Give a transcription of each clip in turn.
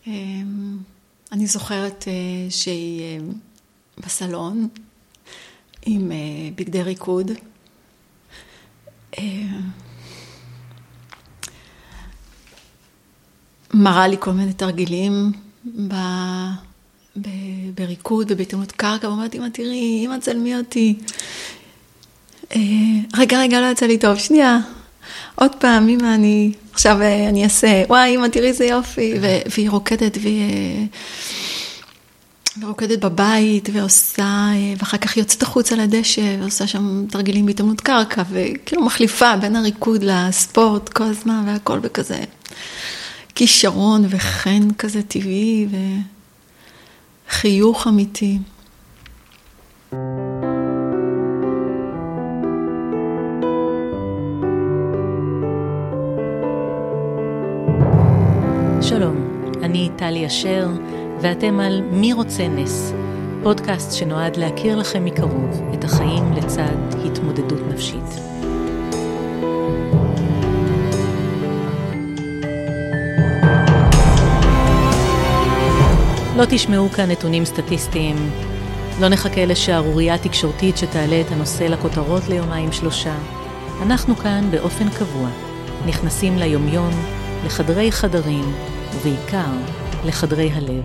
אני זוכרת שהיא בסלון עם בגדי ריקוד. מראה לי כל מיני תרגילים בריקוד, בבהתעמלות קרקע, ואומרת, אמא תראי, אמא צלמי אותי. רגע, לא יצא לי טוב, שנייה. עוד פעם, אמא, עכשיו אני אעשה, וואי, אמא תראי זה יופי. והיא רוקדת, ורוקדת בבית, ועושה, ואחר כך יוצאת החוץ על הדשא, ועושה שם תרגילים בהתעמלות קרקע, וכאילו מחליפה בין הריקוד לספורט כל הזמן, והכל בכזה כישרון וחן כזה טבעי, וחיוך אמיתי. שלום, אני טלי אשר, ואתם על מי רוצה נס, פודקאסט שנועד להכיר לכם מקרוב את החיים לצד התמודדות נפשית. לא תשמעו כאן נתונים סטטיסטיים, לא נחכה לשערורייה תקשורתית שתעלה את הנושא לכותרות ליומיים שלושה. אנחנו כאן באופן קבוע, נכנסים ליומיום, לחדרי חדרים, ובעיקר לחדרי הלב.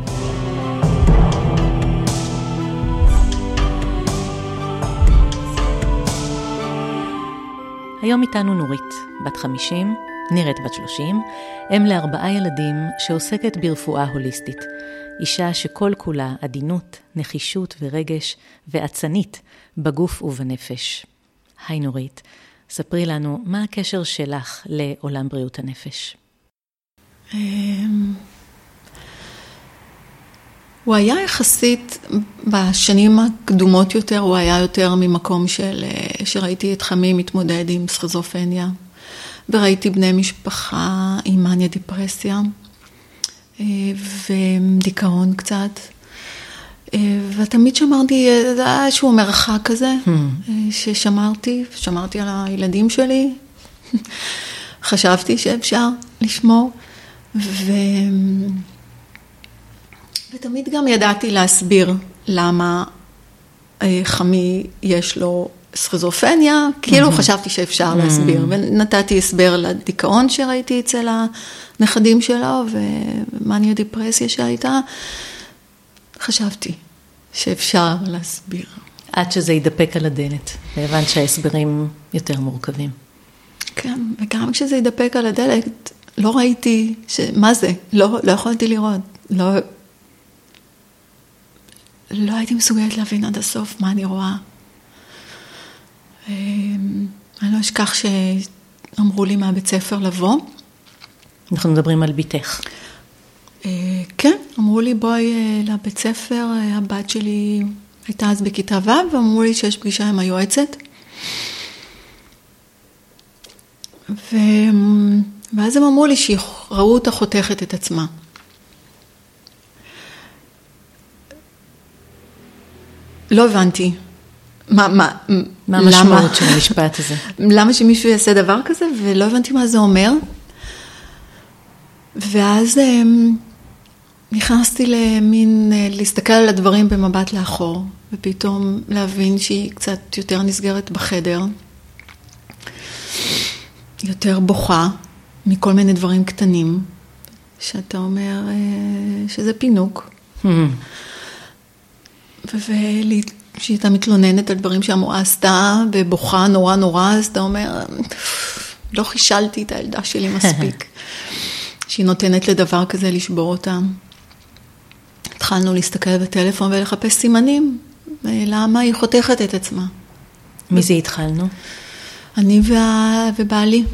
היום איתנו נורית, בת 50, נראית בת 30, אם ל4 ילדים שעוסקת ברפואה הוליסטית. אישה שכל כולה עדינות, נחישות ורגש ועצנית בגוף ובנפש. היי נורית, ספרי לנו מה הקשר שלך לעולם בריאות הנפש. הוא היה יחסית, בשנים הקדומות יותר, הוא היה יותר ממקום שראיתי את חמי מתמודד עם סכיזופרניה, וראיתי בני משפחה עם מניה דיפרסיה, ודיכאון קצת, ותמיד שמרתי איזשהו מרחק כזה, שמרתי על הילדים שלי, חשבתי שאפשר לשמור, ותמיד גם ידעתי להסביר למה חמי יש לו סכיזופרניה, כאילו חשבתי שאפשר להסביר, ונתתי הסבר לדיכאון שראיתי אצל הנכדים שלו, ומניה דיפרסיה שהייתה, חשבתי שאפשר להסביר. עד שזה ידפק על הדלת, והבנת שההסברים יותר מורכבים. כן, וגם כשזה ידפק על הדלת, לא ראיתי מה זה, לא יכולתי לראות, לא הייתי מסוגלת להבין עד הסוף מה אני רואה. אני לא אשכח שאמרו לי מהבית ספר לבוא. אנחנו מדברים על ביתך. כן, אמרו לי בואי לבית ספר, הבת שלי הייתה אז בכיתה ו', ואמרו לי שיש פגישה עם היועצת. ואז הם אמרו לי שראו אותה חותכת את עצמה. לא הבנתי. מה המשמעות של המשפט הזה? למה שמישהו יעשה דבר כזה? ולא הבנתי מה זה אומר. ואז נכנסתי להסתכל על הדברים במבט לאחור, ופתאום להבין שהיא קצת יותר נסגרת בחדר, יותר בוכה מכל מיני דברים קטנים, שאתה אומר שזה פינוק. שהיא הייתה מתלוננת על דברים שהמורה עשתה, ובוכה נורא, אז אתה אומר, לא חישלתי את הילדה שלי מספיק, שהיא נותנת לדבר כזה לשבור אותה. התחלנו להסתכל בטלפון ולחפש סימנים, למה היא חותכת את עצמה. מי זה התחלנו? אני ובעלי.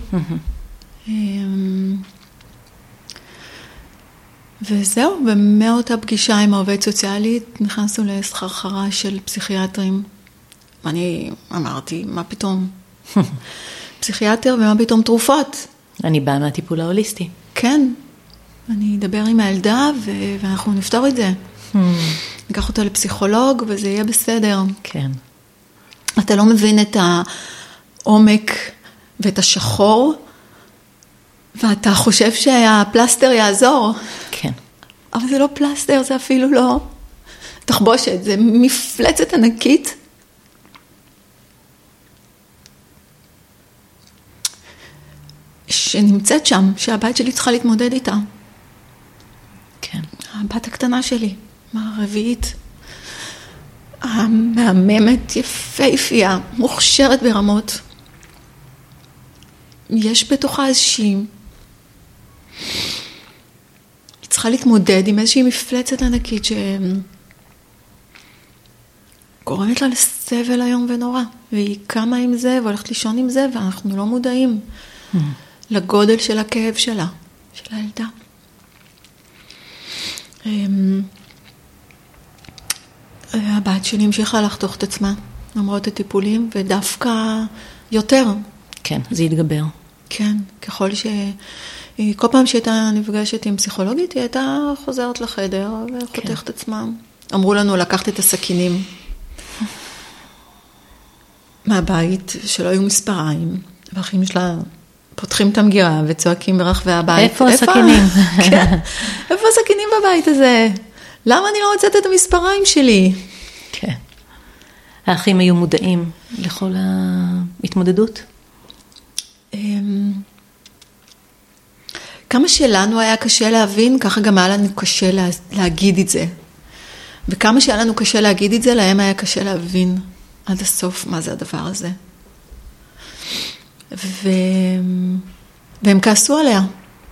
וזהו, ומאותה פגישה עם העובד סוציאלית, נכנסנו לסחרחרה של פסיכיאטרים. ואני אמרתי, מה פתאום? פסיכיאטר ומה פתאום תרופות? אני באה מהטיפול ההוליסטי. כן, אני אדבר עם הילדה ואנחנו נפתור את זה. ניקח אותה לפסיכולוג וזה יהיה בסדר. כן. אתה לא מבין את העומק ואת השחור, ואתה חושב שהפלסטר יעזור. כן. אבל זה לא פלסטר, זה אפילו לא תחבושת, זה מפלצת ענקית. שנמצאת שם, שהבית שלי צריכה להתמודד איתה. כן. הבת הקטנה שלי, הרביעית, המהממת, יפהפייה, מוכשרת ברמות. יש בתוכה איזושהי... היא צריכה להתמודד עם איזושהי מפלצת ענקית שגורמת לה לסבל היום ונורא. והיא קמה עם זה והולכת לישון עם זה, ואנחנו לא מודעים לגודל של הכאב שלה, של הילדה. הבת שלי המשיכה לחתוך את עצמה, למרות הטיפולים, ודווקא יותר. כן, זה יתגבר. כן, ככל כל פעם שהייתה נפגשת עם פסיכולוגית, היא הייתה חוזרת לחדר וחותכת את עצמה. אמרו לנו לקחת את הסכינים מהבית, שלא היו מספריים, והאחים שלה פותחים את המגירה וצועקים ברחבי הבית. איפה הסכינים? כן, איפה הסכינים בבית הזה? למה אני לא מוצאת את המספריים שלי? כן. האחים היו מודעים לכל ההתמודדות? כמה שלנו היה קשה להבין, ככה גם היה לנו קשה להגיד את זה. וכמה שהיה לנו קשה להגיד את זה, להם היה קשה להבין עד הסוף מה זה הדבר הזה. והם כעסו עליה.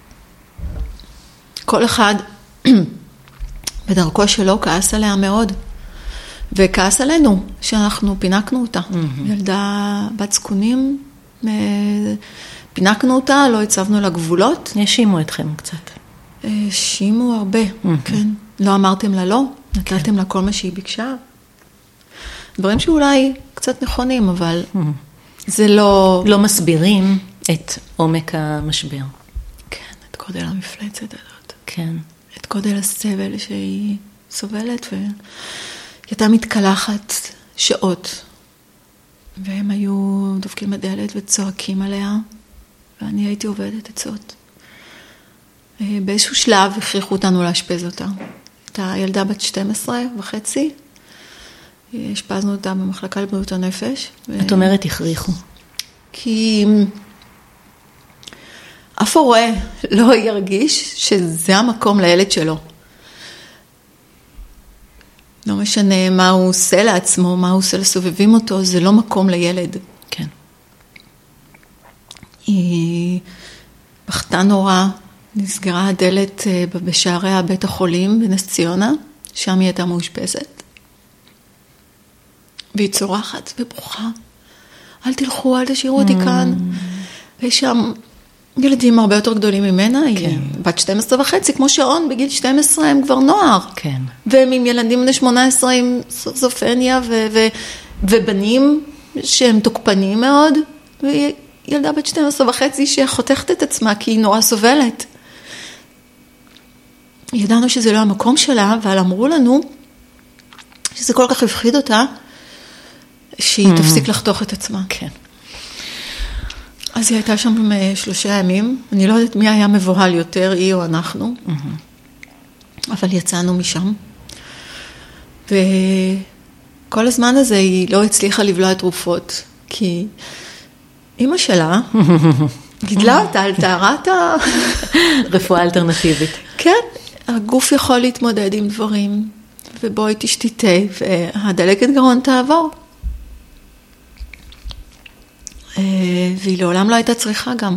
כל אחד בדרכו שלו כעס עליה מאוד. וכעס עלינו, שאנחנו פינקנו אותה. ילדה בת זקונים, פינקנו אותה, לא הצבנו לה גבולות. האשימו אתכם קצת. האשימו הרבה, כן. לא אמרתם לה לא, נתתם לה כל מה שהיא ביקשה. דברים שאולי קצת נכונים, אבל זה לא... לא מסבירים את עומק המשבר. כן, את גודל המפלצת הזאת. כן. את גודל הסבל שהיא סובלת, והיא הייתה מתקלחת שעות. והם היו דופקים בדלת וצועקים עליה, ואני הייתי עובדת עצות. באיזשהו שלב הכריחו אותנו להשפז אותה. הייתה ילדה בת 12.5, השפזנו אותה במחלקה לבריאות הנפש. את אומרת הכריחו. כי אף הורה לא ירגיש שזה המקום לילד שלו. לא משנה מה הוא עושה לעצמו, מה הוא עושה לסובבים אותו, זה לא מקום לילד. כן. היא בכתה נורא, נסגרה הדלת בשערי בית החולים בנס ציונה, שם היא הייתה מאושפזת. והיא צורחת וברוכה. אל תלכו, אל תשאירו אותי כאן. ויש שם ילדים הרבה יותר גדולים ממנה, היא בת 12.5, כמו שעון, בגיל 12 הם כבר נוער. כן. והם עם ילדים בני 18 עם סכיזופרניה, ובנים שהם תוקפנים מאוד, וילדה בת 12.5 שחותכת את עצמה, כי היא נורא סובלת. ידענו שזה לא המקום שלה, אבל אמרו לנו שזה כל כך הפחיד אותה, שהיא תפסיק לחתוך את עצמה. כן. אז היא הייתה שם 3 ימים, אני לא יודעת מי היה מבוהל יותר, היא או אנחנו, אבל יצאנו משם. וכל הזמן הזה היא לא הצליחה לבלוע תרופות, כי אמא שלה גידלה אותה על טהרת רפואה אלטרנטיבית. כן, הגוף יכול להתמודד עם דברים, ובואי תשתיתה, והדלקת גרון תעבור. והיא לעולם לא הייתה צריכה גם.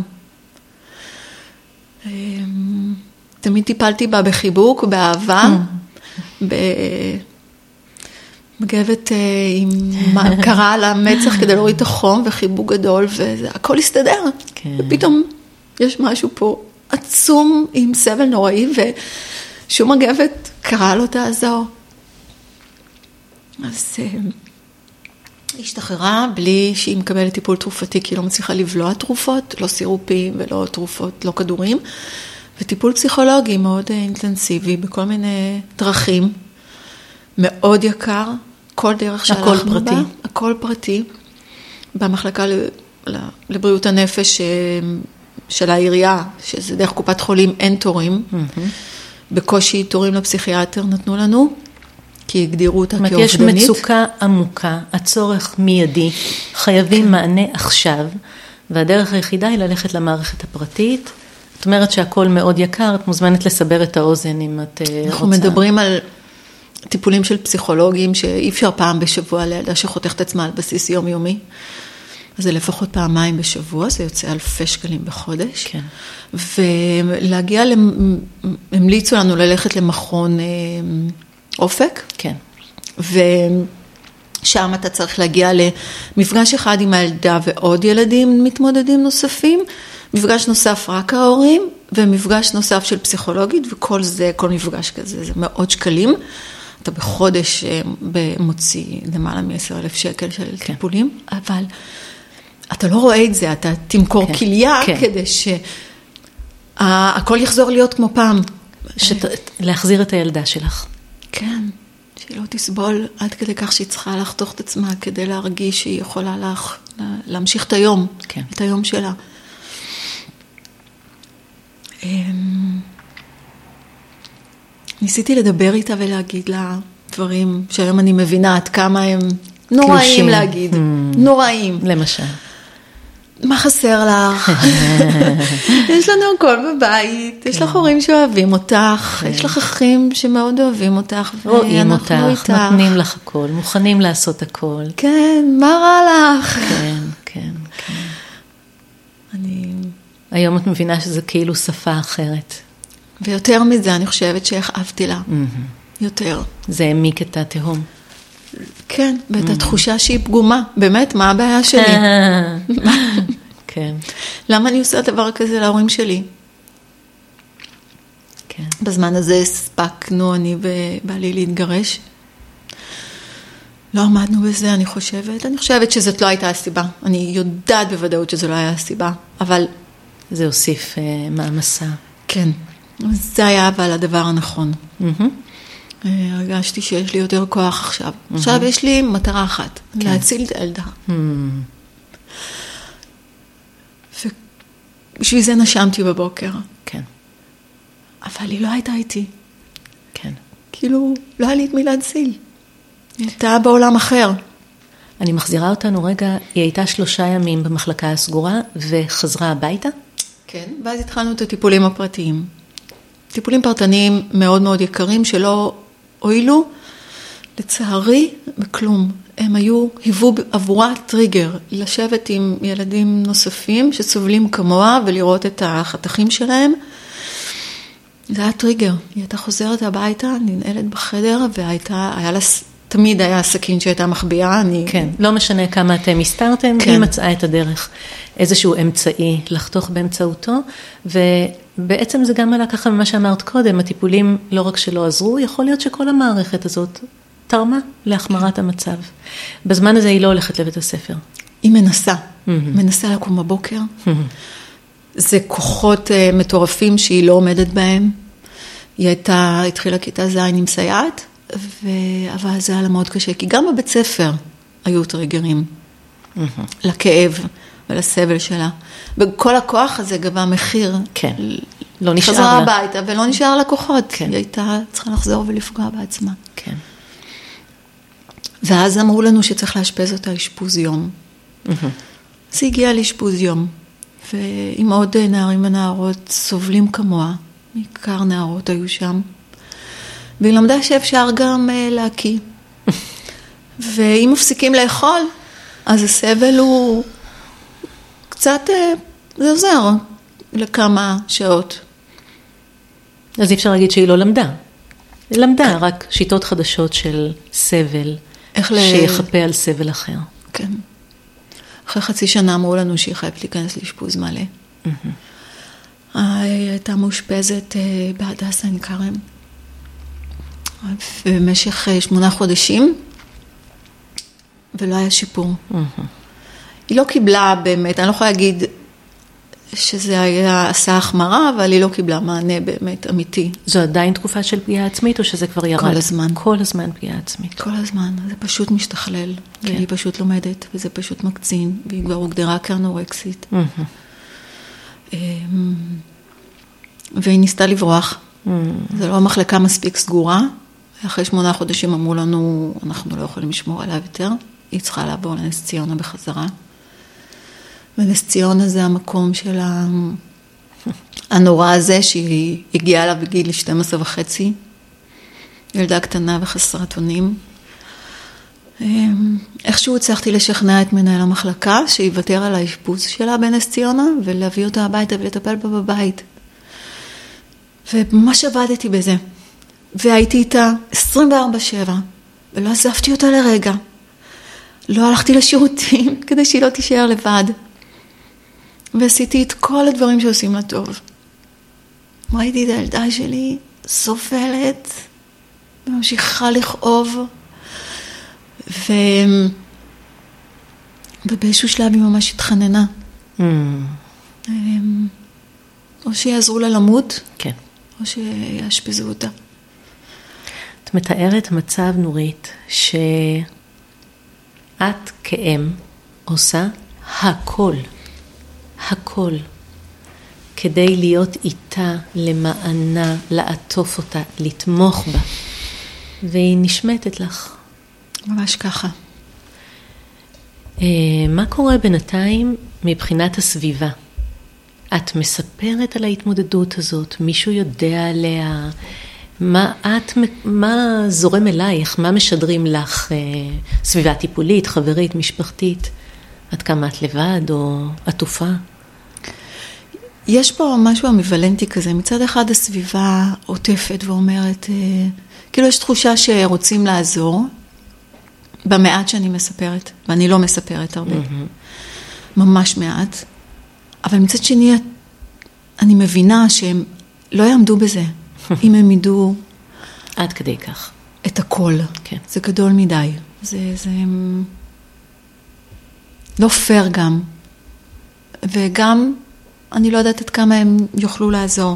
תמיד טיפלתי בה בחיבוק, באהבה, מגבת עם קרה על המצח כדי להוריד את החום, וחיבוק גדול, והכל הסתדר. כן. ופתאום יש משהו פה עצום עם סבל נוראי, ושום מגבת קרה לו תעזור. אז היא השתחררה בלי שהיא מקבלת טיפול תרופתי, כי היא לא מצליחה לבלוע תרופות, לא סירופים ולא תרופות, לא כדורים, וטיפול פסיכולוגי מאוד אינטנסיבי, בכל מיני דרכים, מאוד יקר, כל דרך שהלכנו בה, הכל פרטי, במחלקה לבריאות הנפש של העירייה, שזה דרך קופת חולים, אין תורים, בקושי תורים לפסיכיאטר נתנו לנו, כי הגדירו אותה כאובדנית. יש מצוקה עמוקה, הצורך מיידי, חייבים מענה עכשיו, והדרך היחידה היא ללכת למערכת הפרטית. את אומרת שהכל מאוד יקר, את מוזמנת לסבר את האוזן אם את רוצה. אנחנו מדברים על טיפולים של פסיכולוגים, שאי אפשר פעם בשבוע לילדה שחותכת עצמה על בסיס יומיומי. אז זה לפחות פעמיים בשבוע, זה יוצא אלפי שקלים בחודש. כן. ולהגיע, המליצו לנו ללכת למכון אופק. כן. ושם אתה צריך להגיע למפגש אחד עם הילדה ועוד ילדים מתמודדים נוספים, מפגש נוסף רק ההורים, ומפגש נוסף של פסיכולוגית, וכל זה, כל מפגש כזה, זה מאות שקלים. אתה בחודש מוציא למעלה מ10,000 שקל של טיפולים, אבל אתה לא רואה את זה, אתה תמכור כליה כדי שהכל יחזור להיות כמו פעם. להחזיר את הילדה שלך. כן, שהיא לא תסבול עד כדי כך שהיא צריכה לחתוך את עצמה, כדי להרגיש שהיא יכולה להמשיך את היום, את היום שלה. ניסיתי לדבר איתה ולהגיד לה דברים שהיום אני מבינה עד כמה הם נוראים להגיד, נוראים. למשל. מה חסר לך? יש לנו הכל בבית, יש לך הורים שאוהבים אותך, יש לך אחים שמאוד אוהבים אותך, רואים אותך, נותנים לך הכל, מוכנים לעשות הכל. כן, מה רע לך? כן, כן, כן. היום את מבינה שזה כאילו שפה אחרת. ויותר מזה, אני חושבת שהכאבתי לה. יותר. זה העמיק את התהום. כן, ואת התחושה שהיא פגומה. באמת, מה הבעיה שלי? כן. למה אני עושה דבר כזה להורים שלי? כן. בזמן הזה הספקנו, אני ובעלי להתגרש. לא עמדנו בזה, אני חושבת שזאת לא הייתה הסיבה. אני יודעת בוודאות שזו לא הייתה הסיבה, אבל... זה הוסיף מעמסה. כן. זה היה אבל הדבר הנכון. הרגשתי שיש לי יותר כוח עכשיו. עכשיו יש לי מטרה אחת, להציל את הילדה. ובשביל זה נשמתי בבוקר. כן. אבל היא לא הייתה איתי. כן. כאילו, לא היה לי את מי להציל. היא הייתה בעולם אחר. אני מחזירה אותנו רגע, היא הייתה 3 ימים במחלקה הסגורה וחזרה הביתה? כן, ואז התחלנו את הטיפולים הפרטיים. טיפולים פרטניים מאוד מאוד יקרים שלא הועילו, לצערי, בכלום. הם היוו עבורה טריגר, לשבת עם ילדים נוספים שסובלים כמוה ולראות את החתכים שלהם. זה היה טריגר. היא הייתה חוזרת הביתה, ננעלת בחדר, תמיד היה סכין שהייתה מחביאה. כן, לא משנה כמה אתם הסתרתם, היא מצאה את הדרך. איזשהו אמצעי לחתוך באמצעותו, ובעצם זה גם עלה ככה ממה שאמרת קודם, הטיפולים לא רק שלא עזרו, יכול להיות שכל המערכת הזאת תרמה להחמרת המצב. בזמן הזה היא לא הולכת לבית הספר. היא מנסה לקום בבוקר. זה כוחות מטורפים שהיא לא עומדת בהם. היא התחילה כיתה ז' עם סייעת, אבל זה היה לה מאוד קשה, כי גם בבית ספר היו טריגרים לכאב ולסבל שלה. וכל הכוח הזה גבה מחיר. כן, לא נשאר לה. חזרה הביתה ולא נשאר לה כוחות. כן. היא הייתה צריכה לחזור ולפגוע בעצמה. כן. ואז אמרו לנו שצריך לאשפז אותה אשפוז יום. אז היא הגיעה לאשפוז יום. ועם עוד נערים ונערות סובלים כמוה. בעיקר נערות היו שם. והיא למדה שאפשר גם להקיא. ואם מפסיקים לאכול, אז הסבל הוא קצת, זה עוזר לכמה שעות. אז אי אפשר להגיד שהיא לא למדה. היא למדה רק שיטות חדשות של סבל, שיחפה על סבל אחר. כן. אחרי 0.5 שנה אמרו לנו שהיא חייבת להיכנס לאשפוז מלא. היא הייתה מאושפזת בהדסה עין כרם. במשך 8 חודשים, ולא היה שיפור. היא לא קיבלה באמת, אני לא יכולה להגיד שזה היה עשה החמרה, אבל היא לא קיבלה מענה באמת אמיתי. זו עדיין תקופה של פגיעה עצמית, או שזה כבר ירד? כל הזמן. כל הזמן פגיעה עצמית. כל הזמן, זה פשוט משתכלל, והיא פשוט לומדת, וזה פשוט מקצין, והיא כבר הוגדרה כאנורקסית. והיא ניסתה לברוח, זה לא מחלקה מספיק סגורה. אחרי 8 חודשים אמרו לנו, אנחנו לא יכולים לשמור עליו יותר. היא צריכה לעבור לנס ציונה בחזרה. ונס ציונה זה המקום של הנורא הזה, שהיא הגיעה אליו בגיל 12.5. ילדה קטנה וחסרת אונים. איכשהו הצלחתי לשכנע את מנהל המחלקה, שיוותר על האשפוז שלה בנס ציונה, ולהביא אותה הביתה ולטפל בה בבית. וממש עבדתי בזה. והייתי איתה 24/7, ולא עזבתי אותה לרגע. לא הלכתי לשירותים כדי שהיא לא תישאר לבד. ועשיתי את כל הדברים שעושים לה טוב. ראיתי את הילדה שלי סובלת, וממשיכה לכאוב, ובאיזשהו שלב היא ממש התחננה. או שיעזרו לה למות, כן. או שיאשפזו אותה. את מתארת מצב, נורית, שאת כאם עושה הכל, הכל, כדי להיות איתה, למענה, לעטוף אותה, לתמוך בה, והיא נשמטת לך. ממש ככה. מה קורה בינתיים מבחינת הסביבה? את מספרת על ההתמודדות הזאת, מישהו יודע עליה, מה זורם אלייך, מה משדרים לך, סביבה טיפולית, חברית, משפחתית, עד כמה את לבד או עטופה? יש פה משהו אמביוולנטי כזה, מצד אחד הסביבה עוטפת ואומרת, כאילו יש תחושה שרוצים לעזור, במעט שאני מספרת, ואני לא מספרת הרבה, ממש מעט, אבל מצד שני, אני מבינה שהם לא יעמדו בזה, אם הם ידעו... עד כדי כך. את הכל. כן. זה גדול מדי. זה לא פייר גם. וגם, אני לא יודעת עד כמה הם יוכלו לעזור.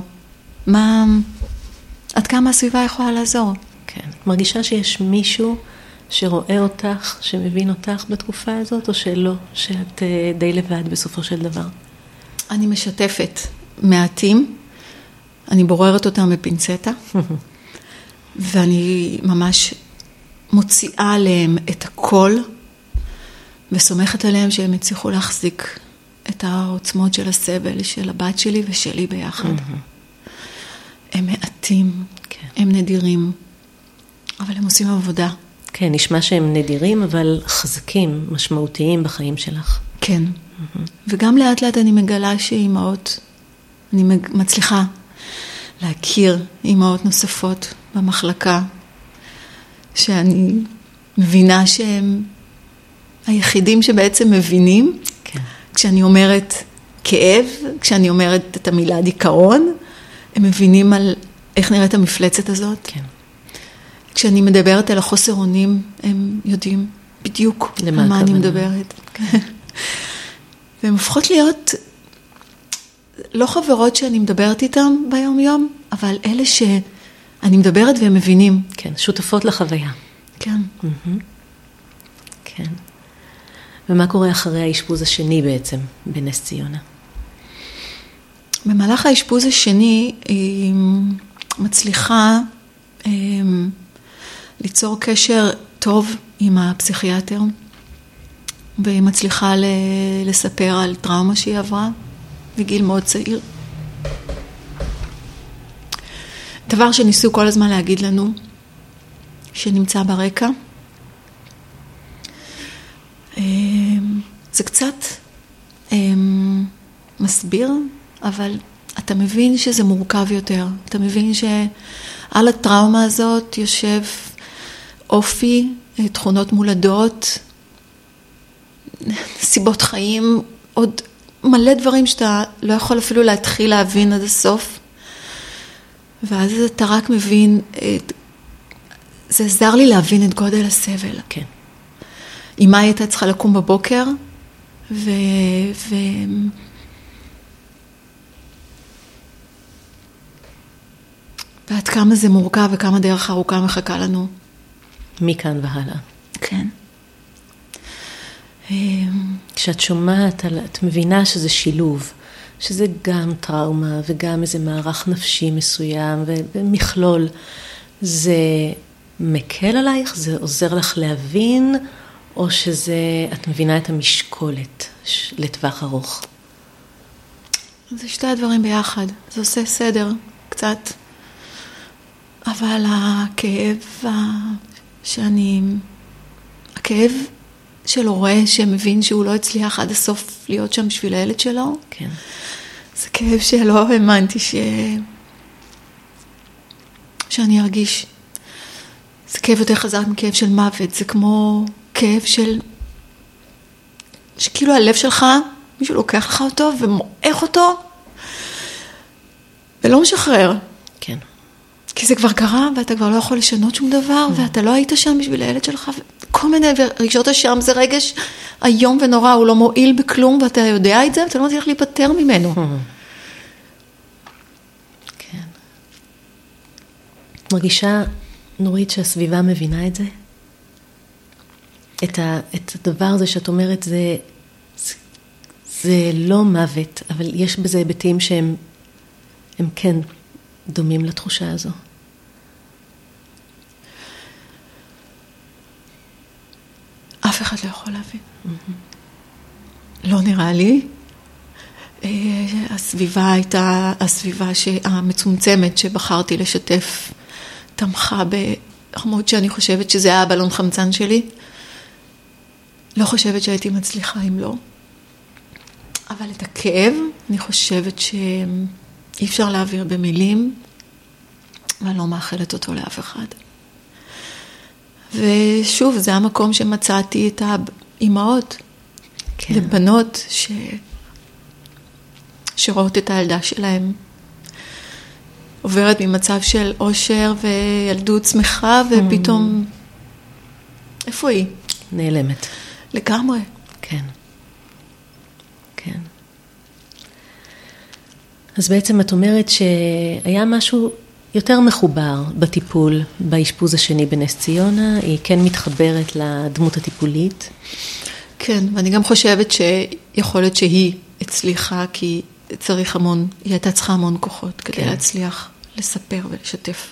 עד כמה הסביבה יכולה לעזור. כן. מרגישה שיש מישהו שרואה אותך, שמבין אותך בתקופה הזאת, או שלא, שאת די לבד בסופו של דבר? אני משתפת מעטים, אני בוררת אותם בפינצטה, ואני ממש מוציאה עליהם את הכל, וסומכת עליהם שהם יצליחו להחזיק את העוצמות של הסבל של הבת שלי ושלי ביחד. הם מעטים, הם נדירים, אבל הם עושים עבודה. כן, נשמע שהם נדירים, אבל חזקים, משמעותיים בחיים שלך. כן. וגם לאט לאט אני מגלה שאימהות, אני מצליחה להכיר אימהות נוספות במחלקה, שאני מבינה שהם היחידים שבעצם מבינים, כן. כשאני אומרת כאב, כשאני אומרת את המילה דיכאון, הם מבינים על איך נראית המפלצת הזאת. כן. כשאני מדברת על החוסר אונים, הם יודעים בדיוק על מה אני מדברת. והן הופכות להיות לא חברות שאני מדברת איתן ביום יום, אבל אלה שאני מדברת והם מבינים. כן, שותפות לחוויה. כן. כן. ומה קורה אחרי האשפוז השני בעצם בנס ציונה? במהלך האשפוז השני היא מצליחה ליצור קשר טוב עם הפסיכיאטר, והיא מצליחה לספר על טראומה שהיא עברה בגיל מאוד צעיר. דבר שניסו כל הזמן להגיד לנו, שנמצא ברקע. זה קצת מסביר, אבל אתה מבין שזה מורכב יותר. אתה מבין שעל הטראומה הזאת יושב אופי, תכונות מולדות, סיבות חיים, עוד מלא דברים שאתה לא יכול אפילו להתחיל להבין עד הסוף. ואז אתה רק מבין, זה עזר לי להבין את גודל הסבל. כן. אמא הייתה צריכה לקום בבוקר, ועד כמה זה מורכב וכמה דרך ארוכה מחכה לנו. מכאן והלאה. כן. כשאת שומעת, את מבינה שזה שילוב שזה גם טראומה וגם איזה מערך נפשי מסוים ומכלול, זה מקל עלייך? זה עוזר לך להבין? או שזה, את מבינה את המשקולת לטווח ארוך? זה שתי הדברים ביחד. זה עושה סדר קצת. אבל הכאב של הורה שמבין שהוא לא הצליח עד הסוף להיות שם בשביל הילד שלו, כן. זה כאב שלא האמנתי שאני ארגיש. זה כאב יותר חזק מכאב של מוות. זה כמו כאב שכאילו הלב שלך, מישהו לוקח לך אותו ומועך אותו, ולא משחרר. כן. כי זה כבר קרה, ואתה כבר לא יכול לשנות שום דבר, ואתה לא היית שם בשביל הילד שלך, וכל מיני רגשות השם, זה רגש איום ונורא, הוא לא מועיל בכלום, ואתה יודע את זה, ואתה לא מצליח להיפטר ממנו. כן. מרגישה, נורית, שהסביבה מבינה את זה? את הדבר הזה שאת אומרת, זה לא מוות, אבל יש בזה היבטים שהם כן דומים לתחושה הזו. אף אחד לא יכול להבין. לא נראה לי. הסביבה הייתה הסביבה המצומצמת שבחרתי לשתף, תמכה ברמות שאני חושבת שזה היה הבלון חמצן שלי. לא חושבת שהייתי מצליחה אם לא. אבל את הכאב, אני חושבת שאי אפשר להעביר במילים, ואני לא מאחלת אותו לאף אחד. ושוב, זה המקום שמצאתי את האימהות, כן. לבנות שרואות את הילדה שלהם, עוברת ממצב של אושר וילדות שמחה, ופתאום, איפה היא? נעלמת. לגמרי. כן. כן. אז בעצם את אומרת שהיה משהו יותר מחובר בטיפול, באשפוז השני בנס ציונה, היא כן מתחברת לדמות הטיפולית. כן, ואני גם חושבת שיכול להיות שהיא הצליחה, כי צריך המון, היא הייתה צריכה המון כוחות כדי כן. להצליח לספר ולשתף.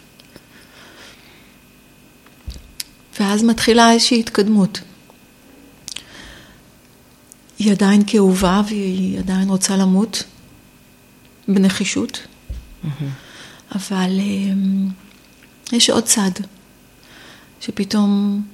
ואז מתחילה איזושהי התקדמות. היא עדיין כאובה, והיא עדיין רוצה למות בנחישות. אבל יש עוד צד, שפתאום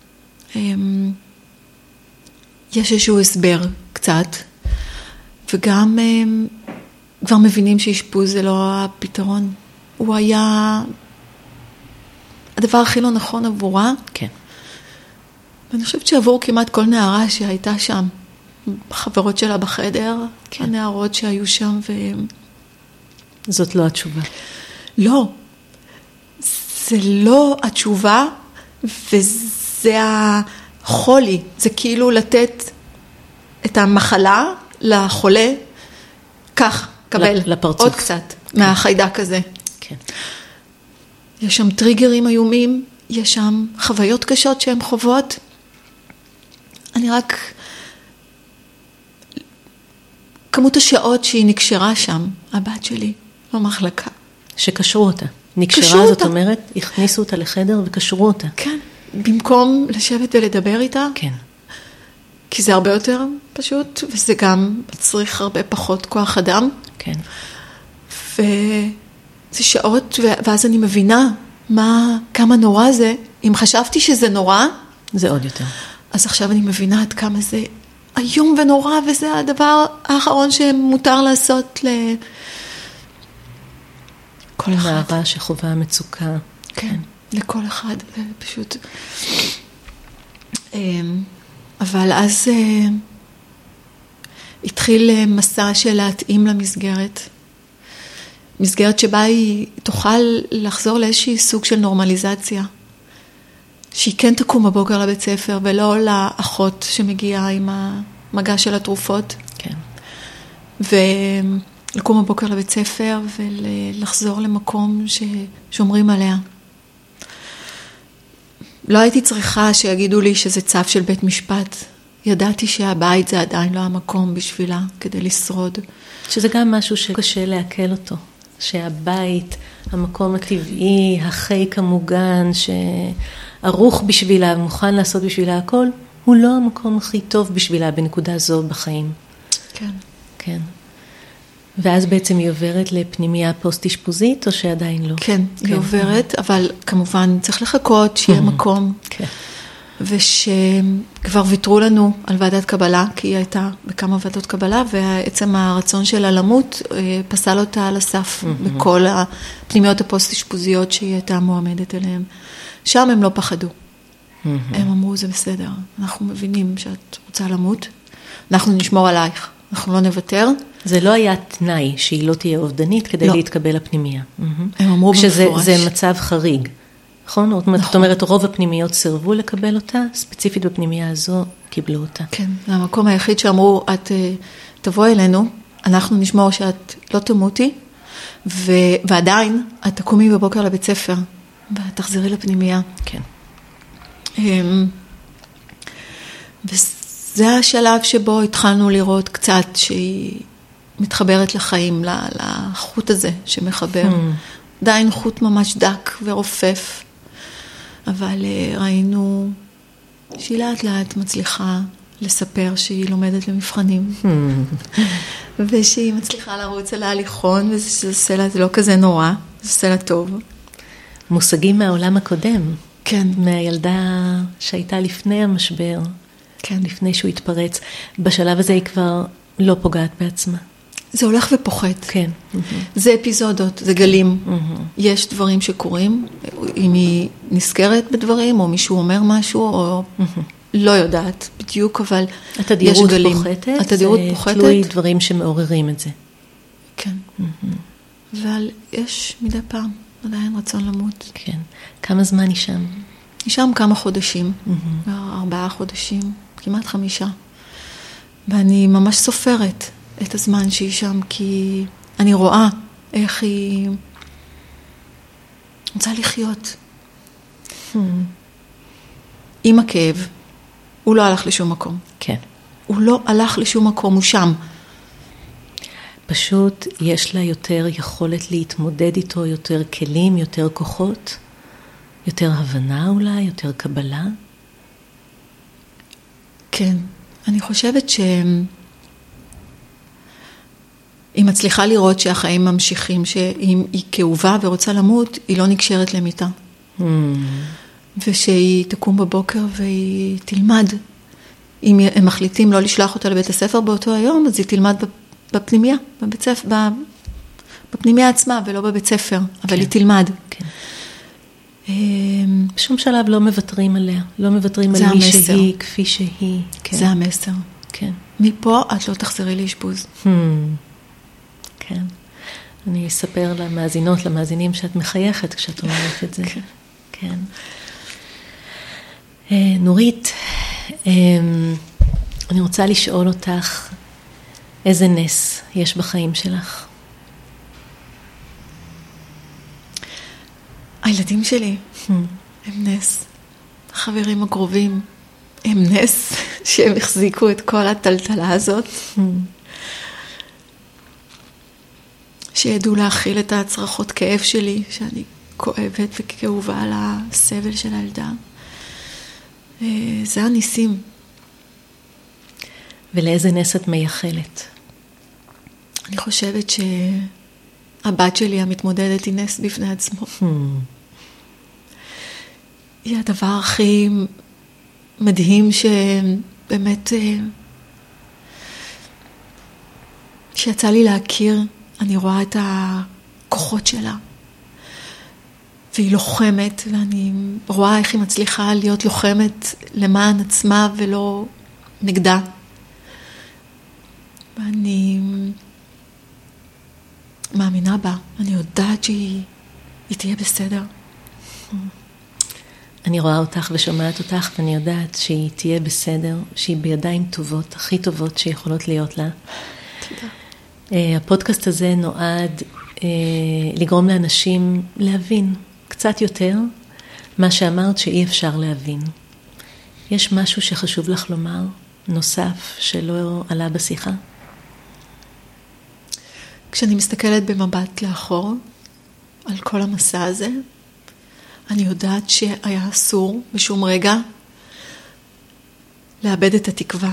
יש איזשהו הסבר קצת, וגם כבר מבינים שאשפוז זה לא הפתרון. הוא היה הדבר הכי לא נכון עבורה. כן. ואני חושבת שעבור כמעט כל נערה שהייתה שם, חברות שלה בחדר, כן. הנערות שהיו שם זאת לא התשובה. לא. זה לא התשובה, וזה החולי. זה כאילו לתת את המחלה לחולה, כך, קבל. לפרצוף. עוד קצת, כן. מהחיידק הזה. כן. יש שם טריגרים איומים, יש שם חוויות קשות שהן חוות. אני רק... כמות השעות שהיא נקשרה שם, הבת שלי, במחלקה. שקשרו אותה. נקשרה, זאת אומרת, הכניסו אותה לחדר וקשרו אותה. כן. במקום לשבת ולדבר איתה. כן. כי זה הרבה יותר פשוט, וזה גם צריך הרבה פחות כוח אדם. כן. וזה שעות, ואז אני מבינה כמה נורא זה. אם חשבתי שזה נורא, זה עוד יותר. אז עכשיו אני מבינה עד כמה זה איום ונורא, וזה הדבר האחרון שמותר לעשות כל אחד. נערה שחובה מצוקה. כן, לכל אחד, זה פשוט. אבל אז התחיל מסע של להתאים למסגרת. מסגרת שבה היא תוכל לחזור לאיזושהי סוג של נורמליזציה. שהיא כן תקום בבוקר לבית ספר, ולא לאחות שמגיעה עם המגע של התרופות. כן. ולקום בבוקר לבית ספר, ולחזור למקום ששומרים עליה. לא הייתי צריכה שיגידו לי שזה צו של בית משפט. ידעתי שהבית זה עדיין לא המקום בשבילה כדי לשרוד. שזה גם משהו שקשה לעכל אותו. שהבית, המקום הטבעי, החיק המוגן, שערוך בשבילה, מוכן לעשות בשבילה הכל, הוא לא המקום הכי טוב בשבילה בנקודה זו בחיים. כן. כן. ואז בעצם היא עוברת לפנימייה פוסט-אשפוזית, או שעדיין לא? כן, היא עוברת, אבל כמובן צריך לחכות שיהיה מקום. כן. ושכבר ויתרו לנו על ועדת קבלה, כי היא הייתה בכמה ועדות קבלה, ועצם הרצון שלה למות פסל אותה על הסף בכל הפנימיות הפוסט-אשפוזיות שהיא הייתה מועמדת אליהן. שם הם לא פחדו. הם אמרו, זה בסדר, אנחנו מבינים שאת רוצה למות, אנחנו נשמור עלייך, אנחנו לא נוותר. זה לא היה תנאי שהיא לא תהיה אובדנית כדי להתקבל לפנימייה. הם אמרו במפורש. שזה מצב חריג. נכון? זאת אומרת, רוב הפנימיות סירבו לקבל אותה, ספציפית בפנימייה הזו קיבלו אותה. כן, זה המקום היחיד שאמרו, את תבואי אלינו, אנחנו נשמור שאת לא תמותי, ועדיין את תקומי בבוקר לבית ספר, ותחזרי לפנימייה. כן. וזה השלב שבו התחלנו לראות קצת שהיא מתחברת לחיים, לחוט הזה שמחבר. עדיין חוט ממש דק ורופף, אבל ראינו שהיא לאט לאט מצליחה לספר שהיא לומדת למבחנים, ושהיא מצליחה לרוץ על ההליכון, וזה עושה לה, זה לא כזה נורא, זה עושה לה טוב. מושגים מהעולם הקודם. כן. מהילדה שהייתה לפני המשבר, כן. לפני שהוא התפרץ. בשלב הזה היא כבר לא פוגעת בעצמה. זה הולך ופוחת. כן. זה אפיזודות, זה גלים. יש דברים שקורים, אם היא נזכרת בדברים, או מישהו אומר משהו, או לא יודעת בדיוק, אבל יש גלים. התדירות פוחתת. זה תלוי דברים שמעוררים את זה. כן. אבל יש מדי פעם עדיין רצון למות. כן. כמה זמן היא שם? היא שם כמה חודשים, 4 חודשים, כמעט 5. ואני ממש סופרת את הזמן שהיא שם, כי אני רואה איך היא רוצה לחיות. עם הכאב, הוא לא הלך לשום מקום. כן. הוא לא הלך לשום מקום, הוא שם. פשוט יש לה יותר יכולת להתמודד איתו, יותר כלים, יותר כוחות, יותר הבנה אולי, יותר קבלה. כן, אני חושבת היא מצליחה לראות שהחיים ממשיכים, שאם היא כאובה ורוצה למות, היא לא נקשרת למיטה. ושהיא תקום בבוקר והיא תלמד. אם הם מחליטים לא לשלוח אותה לבית הספר באותו היום, אז היא תלמד בפנימיה, בבית ספר, בפנימיה עצמה ולא בבית ספר, אבל היא תלמד. כן. בשום שלב לא מוותרים עליה, לא מוותרים על מי שהיא, כפי שהיא. זה המסר. כן. מפה את לא תחזרי לאשפוז. כן. אני אספר למאזינות, למאזינים שאת מחייכת כשאת אומרת את זה. כן. נורית, אני רוצה לשאול אותך, איזה נס יש בחיים שלך? הילדים שלי הם נס. החברים הקרובים הם נס שהם החזיקו את כל הטלטלה הזאת. שידעו להכיל את הצרחות כאב שלי, שאני כואבת וכאובה על הסבל של הילדה. זה הניסים. ולאיזה נס את מייחלת? אני חושבת שהבת שלי המתמודדת היא נס בפני עצמו. היא הדבר הכי מדהים שבאמת שיצא לי להכיר. אני רואה את הכוחות שלה, והיא לוחמת, ואני רואה איך היא מצליחה להיות לוחמת למען עצמה ולא נגדה. ואני מאמינה בה, אני יודעת שהיא תהיה בסדר. אני רואה אותך ושומעת אותך, ואני יודעת שהיא תהיה בסדר, שהיא בידיים טובות, הכי טובות שיכולות להיות לה. תודה. הפודקאסט הזה נועד לגרום לאנשים להבין קצת יותר מה שאמרת שאי אפשר להבין. יש משהו שחשוב לך לומר, נוסף שלא עלה בשיחה? כשאני מסתכלת במבט לאחור על כל המסע הזה, אני יודעת שהיה אסור בשום רגע לאבד את התקווה.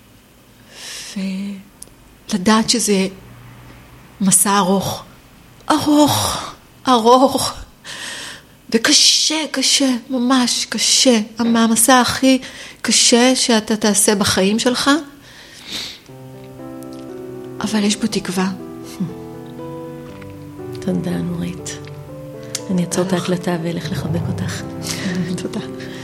ולדעת שזה מסע ארוך, ארוך, ארוך, וקשה, קשה, ממש קשה. המסע הכי קשה שאתה תעשה בחיים שלך, אבל יש בו תקווה. תודה, נורית. אני אעצור את ההקלטה ואלך לחבק אותך. תודה.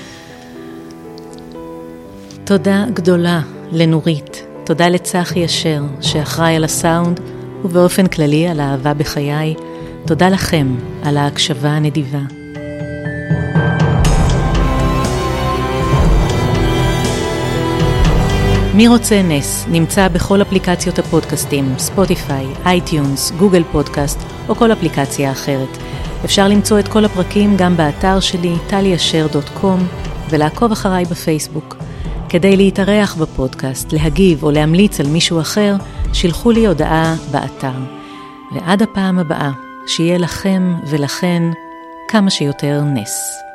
תודה גדולה לנורית. תודה לצחי אשר, שאחראי על הסאונד, ובאופן כללי על האהבה בחיי. תודה לכם על ההקשבה הנדיבה. מי רוצה נס נמצא בכל אפליקציות הפודקאסטים, ספוטיפיי, אייטיונס, גוגל פודקאסט או כל אפליקציה אחרת. אפשר למצוא את כל הפרקים גם באתר שלי, taliasher.com, ולעקוב אחריי בפייסבוק. כדי להתארח בפודקאסט, להגיב או להמליץ על מישהו אחר, שילחו לי הודעה באתר. ועד הפעם הבאה, שיהיה לכם ולכן כמה שיותר נס.